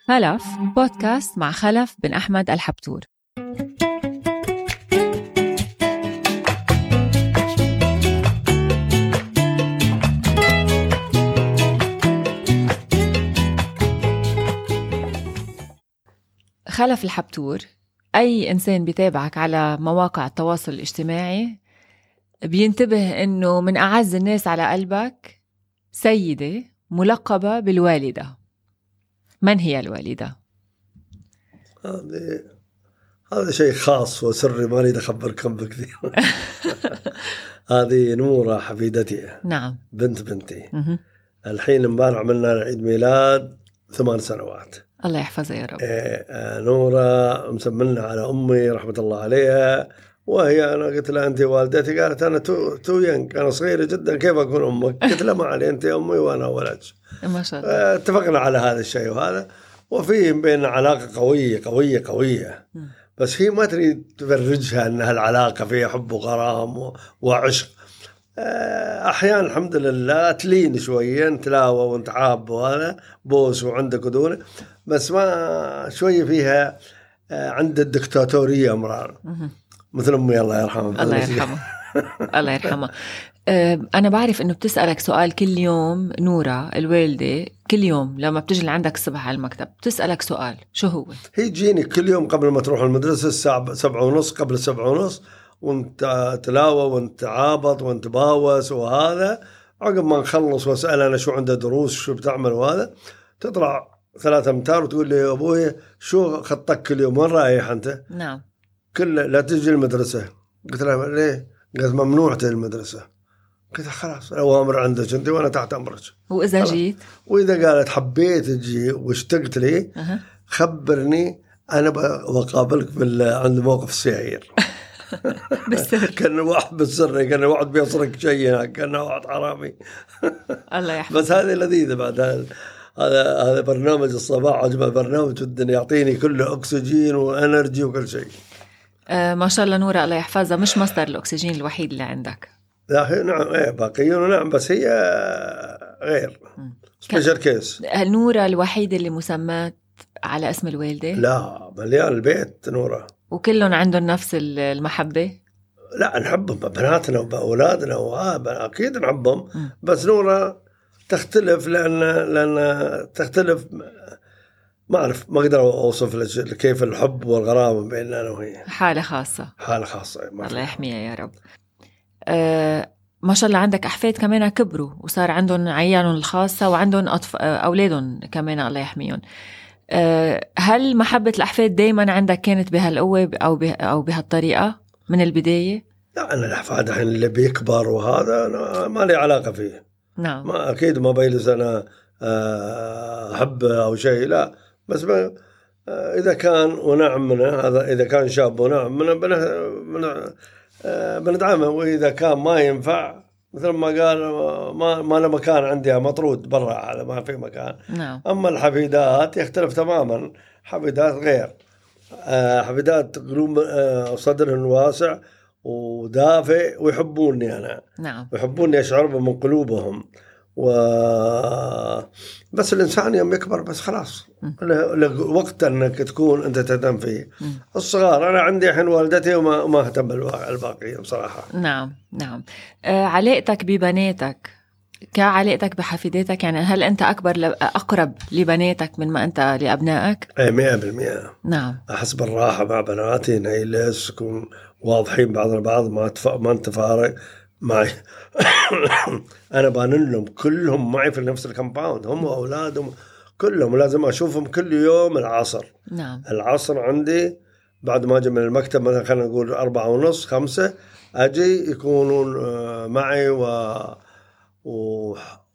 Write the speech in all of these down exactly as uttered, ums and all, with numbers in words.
خلف بودكاست مع خلف بن أحمد الحبتور. خلف الحبتور، أي إنسان بيتابعك على مواقع التواصل الاجتماعي بينتبه إنه من أعز الناس على قلبك سيدة ملقبة بالوالدة. من هي الوالدة؟ هذا هذا شيء خاص وسري ما أريد أخبركم بكثير. هذه نورة حفيدتي. نعم. بنت بنتي. الحين امبارح عملنا عيد ميلاد ثمان سنوات. الله يحفظها يا رب. إيه نورة مسملنا على أمي رحمة الله عليها، وهي أنا قلت لها أنت والدتي، قالت أنا تو تو ينك أنا صغيرة جدا كيف أكون أمك؟ قلت لها ما علي أنت أمي وأنا ولد. ما شاء الله. اتفقنا على هذا الشيء وهذا، وفي بيننا علاقة قوية قوية قوية. م. بس هي ما تريد تفرجها أن هالعلاقة فيها حب وغرام وعشق. أحيانا الحمد لله تلين شوية نتلاوى ونتعاب وهذا بوس وعندك ودونه، بس ما شوية فيها عند الدكتاتورية أمرار مثل أمي الله يرحمها. الله يرحمها. الله يرحمها. أنا بعرف إنه بتسألك سؤال كل يوم نورة الوالدة، كل يوم لما بتجي لعندك الصبح على المكتب بتسألك سؤال، شو هو؟ هي تجيني كل يوم قبل ما تروح المدرسة الساعة سبعة ونص، قبل سبعة ونص، وانت تلاوى وانت عابط وانت باوس وهذا، عقب ما نخلص واسأل أنا شو عنده دروس شو بتعمل وهذا، تطلع ثلاثة أمتار وتقول لي يا أبوي شو خطك كل يوم، وين رايح أنت؟ نعم. كل لا تجي المدرسة. قلت لها ليه؟ قلت ممنوع تجي المدرسة. قلت خلاص الأوامر عندك أنت وأنا تحت أمرك. وإذا جيت؟ وإذا قالت حبيت تجي واشتقت لي أه. خبرني أنا بقابلك عند موقف السيايير. بالسر. كان واحد بالسر، كان واحد بيصرك شيء، كان واحد حرامي. الله يحفظ. بس هذه لذيذة بعد. هذا هذا برنامج الصباح أجمل برنامج جدا، يعطيني كل أكسجين وأنرجي وكل شيء. آه ما شاء الله نورة الله يحفظها، مش مصدر الأكسجين الوحيد اللي عندك. لا نعم ايه باقيون نعم، بس هي غير سبيشال كيس. نورة الوحيدة اللي مسمات على اسم الوالدة؟ لا مليان البيت نورة، وكلهم عندهم نفس المحبة؟ لا نحبهم بناتنا وأولادنا وآبا أكيد نحبهم، بس نورة تختلف لأن لأن تختلف، ما أعرف ما أقدر أوصف لك كيف الحب والغرام بيننا وهي. حالة خاصة. حالة خاصة. الله يحميها يا رب. آه ما شاء الله عندك أحفاد كمان كبروا وصار عندهم عيالهم الخاصة وعندهم أطف... أولادهم كمان الله يحميهم. آه هل محبة الأحفاد دايما عندك كانت بهالقوة أو به... أو بهالطريقة من البداية؟ لا أنا الأحفاد الحين اللي بيكبر وهذا أنا ما لي علاقة فيه. نعم. ما أكيد ما بيلس أنا أحب أو شيء، لا بس ما إذا كان ونعمنا هذا، إذا كان شاب ونعمنا بنا بندعمه، وإذا كان ما ينفع مثل ما قال ما ما له مكان عندي مطرود برا على ما في مكان. نعم. أما الحفيدات يختلف تماما، حفيدات غير، حفيدات قلوب صدرهن واسع ودافئ ويحبوني أنا. نعم. ويحبوني أشعر من قلوبهم. و بس الإنسان يوم يكبر بس خلاص وقت أنك تكون أنت تهتم فيه. م. الصغار أنا عندي حين والدتي وما ما اهتم بالباقي بصراحة. نعم نعم. آه علاقتك ببناتك كعلاقتك بحفيداتك، يعني هل أنت أكبر ل... أقرب لبناتك من ما أنت لأبنائك؟ أي مئة بالمئة. نعم. أحس بالراحة مع بناتي، نيلس يكون واضحين بعض البعض، ما تف... ما نتفارق معي. أنا بانن لهم كلهم معي في نفس الكمباوند، هم وأولادهم كلهم لازم أشوفهم كل يوم العصر. نعم. العصر عندي بعد ما أجي من المكتب مثلا خلينا نقول أربعة ونص خمسة أجي يكونون معي و... و...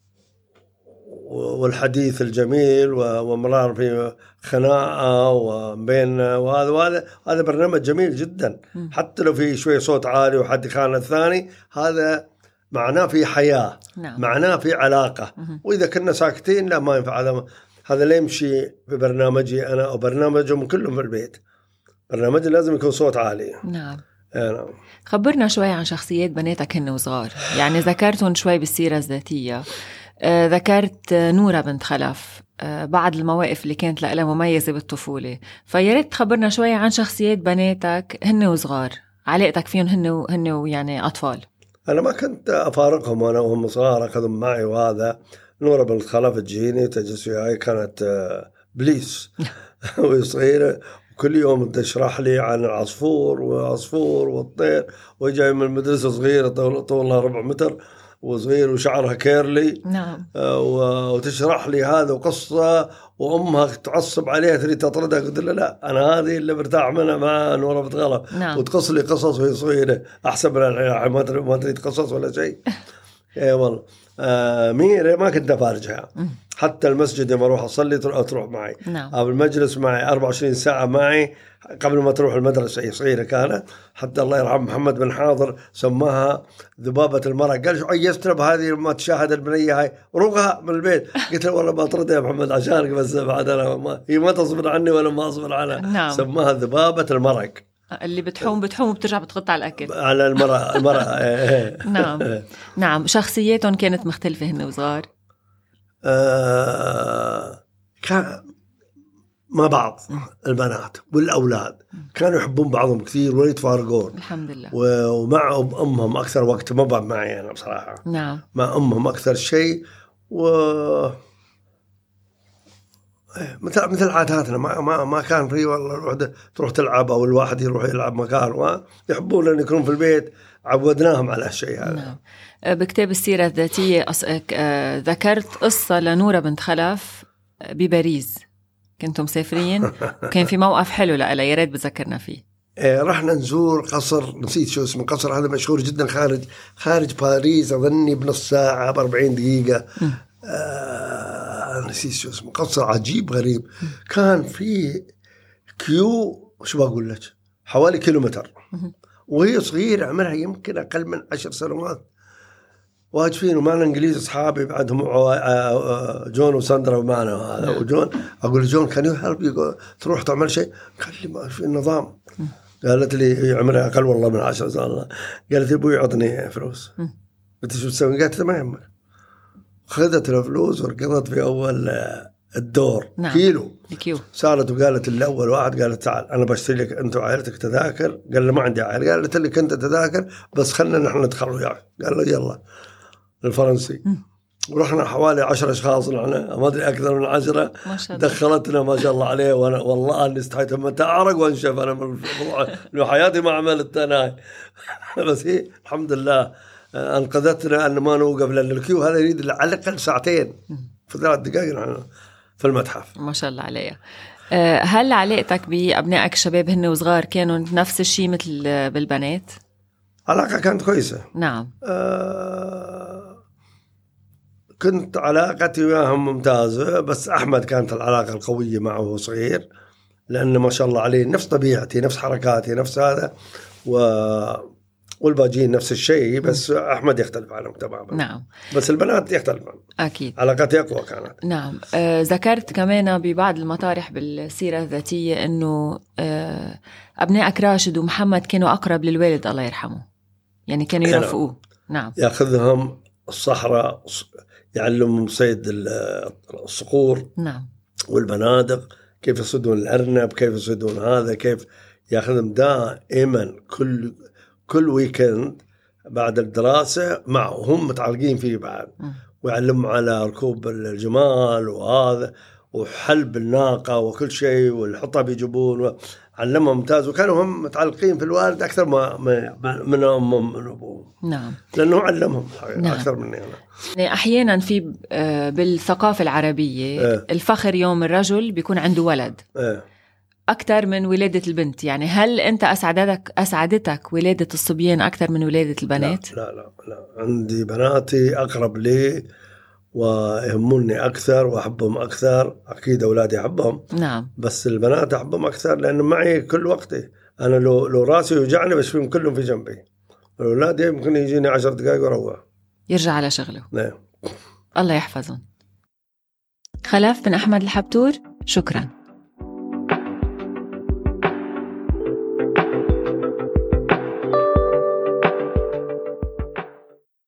والحديث الجميل ومرار في خناقة وبيننا وهذا وهذا هذا برنامج جميل جدا. م. حتى لو في شوية صوت عالي وحد خان الثاني هذا معناه في حياة. نعم. معناه في علاقة. م. وإذا كنا ساكتين لا ما ينفع. هذا هذا لا يمشي في برنامجي أنا أو برنامجهم كلهم في البيت. برنامجي لازم يكون صوت عالي. نعم. أنا. خبرنا شوي عن شخصيات بناتك هن وصغار، يعني ذكرتهم شوي بالسيرة الذاتية. آه ذكرت نورة بنت خلف، بعض المواقف اللي كانت لها مميزة بالطفولة، فياريت تخبرنا شوي عن شخصيات بناتك هن وصغار، علاقتك فيهم هن هن ويعني أطفال. أنا ما كنت أفارقهم وأنا وهم صغار، أخذهم معي. وهذا نورة بنت خلف تجيني تجلس وياي، كانت بليس وهي صغيرة، وكل يوم تشرح لي عن العصفور والعصفور والطير، وجاي من المدرسة صغيرة طولها ربع متر وصغير وشعرها كيرلي. نعم. وتشرح لي هذا وقصة، وأمها تعصب عليها تريد تطردها، قلت لها لا، أنا هذه اللي برتاح منها مع نورة بنت خلف. نعم. وتقص لي قصص وهي صغيرة أحسن من الحين، ما تريد قصص ولا شيء. اي والله. آه ميرة ما كنت أفارجها، حتى المسجد لما أروح أصلي تروح معي. نعم. أو المجلس معي أربعة وعشرين ساعة معي قبل ما تروح المدرسة. هي صغيرة كانت، حتى الله يرحم محمد بن حاضر سماها ذبابة المرق. قال شو عيستنا بهذه ما تشاهد البنية هاي، روقها من البيت. قلت له والله ما أطردها يا محمد عشانك، بس بعد أنا ما هي ما تصبر عني ولا ما أصبر عنها. نعم. سماها ذبابة المرق، اللي بتحوم بتحوم وبترجع بتغط على الأكل على المرأة المرأة. نعم. نعم. شخصياتهم كانت مختلفة هن وصغار؟ آه كان مع بعض البنات والأولاد كانوا يحبون بعضهم كثير ولا يتفارقون الحمد لله. ومع أمهم أكثر وقت، ما بعد معي أنا بصراحة. نعم. مع أمهم أكثر شيء، و مثل مثل عاداتنا، ما ما ما كان في والله الوحدة تروح تلعب أو الواحد يروح يلعب مكان، ويحبون أن يكونوا في البيت. عودناهم على هالشيء هذا. نعم. بكتاب السيرة الذاتية ذكرت قصة لنورة بنت خلف بباريس، كنتم مسافرين وكان في موقف حلو لألا، يا ريت بذكرنا فيه. إيه، رحنا نزور قصر، نسيت شو اسمه القصر هذا، مشهور جدا خارج خارج باريس، أظني بنص ساعة بأربعين دقيقة. آه نسيت شو اسمه، قصر عجيب غريب. م. كان فيه كيو، شو بقول لك، حوالي كيلومتر، وهي صغيرة عمرها يمكن أقل من عشر سنوات. واقفين ومعنا إنجليز أصحابي بعدهم جون وساندرا ومعنا هذا. وجون أقول جون كان يهرب تروح تعمل شيء، قال لي ما في النظام. قالت لي عمرها أقل والله من عشر سنوات. قالت لي أبوي عطني فلوس. قلت شو تسوي؟ قالت ما يهمك. خذت الفلوس وركضت في أول الدور. نعم. كيلو كيلو صارت، وقالت الأول واحد، قالت تعال أنا بشتري لك أنت وعائلتك تذاكر. قال له ما عندي عائلة. قالت لي كنت تذاكر بس خلنا نحن ندخل وياك. قال له يلا الفرنسي. م. ورحنا حوالي عشر أشخاص، نحن ما أدري أكثر من عشرة. دخلتنا ما شاء الله عليه، وأنا والله أني استحيت أما تعرق وانشف أنا من الموضوع، حياتي ما عملت أنا. بس هي الحمد لله أنقذتنا أن ما نوقف، لأن الكيو هذا يريد على الأقل ساعتين في ثلاث دقائق نحن في المتحف. ما شاء الله عليها. هل علاقتك بأبنائك الشباب هن وصغار كانوا نفس الشيء مثل بالبنات؟ علاقة كانت كويسة. نعم. آه كنت علاقتي وياهم ممتازة، بس أحمد كانت العلاقة القوية معه وهو صغير، لأنه ما شاء الله عليه نفس طبيعتي، نفس حركاتي، نفس هذا، و والباجين نفس الشيء، بس م. أحمد يختلف عنهم تماما. نعم. بس البنات يختلف عنهم. أكيد. علاقتي أقوى كانت. نعم. آه ذكرت كمان ببعض المطارح بالسيرة الذاتية إنه آه أبنائك راشد ومحمد كانوا أقرب للوالد الله يرحمه، يعني كانوا يرفقوه. نعم. يأخذهم الصحراء، يعلمهم صيد الصقور. نعم. والبنادق، كيف يصيدون الأرنب، كيف يصيدون هذا، كيف يأخذهم دائما كل كل ويكند بعد الدراسة معه، هم متعلقين فيه بعد. م. ويعلمهم على ركوب الجمال وهذا وحلب الناقة وكل شيء، والحطب يجيبون، علمهم ممتاز. وكانوا هم متعلقين في الوالد أكثر ما من أمهم من أبوهم. نعم. لأنه علمهم. نعم. أكثر مني أنا. يعني أحيانا في بالثقافة العربية اه. الفخر يوم الرجل بيكون عنده ولد اه. أكثر من ولادة البنت. يعني هل أنت أسعدتك أسعدتك ولادة الصبيان أكثر من ولادة البنات؟ لا لا لا, لا. عندي بناتي أقرب لي ويهموني أكثر وأحبهم أكثر. أكيد أولادي أحبهم. نعم. بس البنات أحبهم أكثر لأنه معي كل وقتي. أنا لو لو راسي يوجعني بس فيهم كلهم في جنبي. الأولاد يمكن يجيني عشر دقائق وأروح يرجع على شغله. نعم. الله يحفظهم. خلف بن أحمد الحبتور، شكرا.